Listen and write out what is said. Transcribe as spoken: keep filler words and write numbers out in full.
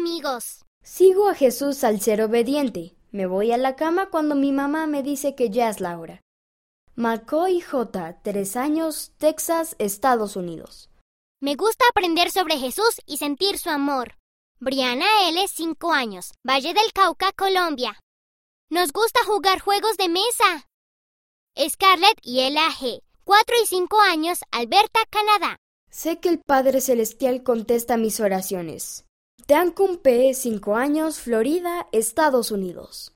amigos. Sigo a Jesús al ser obediente. Me voy a la cama cuando mi mamá me dice que ya es la hora. McCoy J., tres años, Texas, Estados Unidos. Me gusta aprender sobre Jesús y sentir su amor. Brianna L., cinco años, Valle del Cauca, Colombia. Nos gusta jugar juegos de mesa. Scarlett y Ella G., cuatro y cinco años, Alberta, Canadá. Sé que el Padre Celestial contesta mis oraciones. Teancum P., cinco años, Florida, Estados Unidos.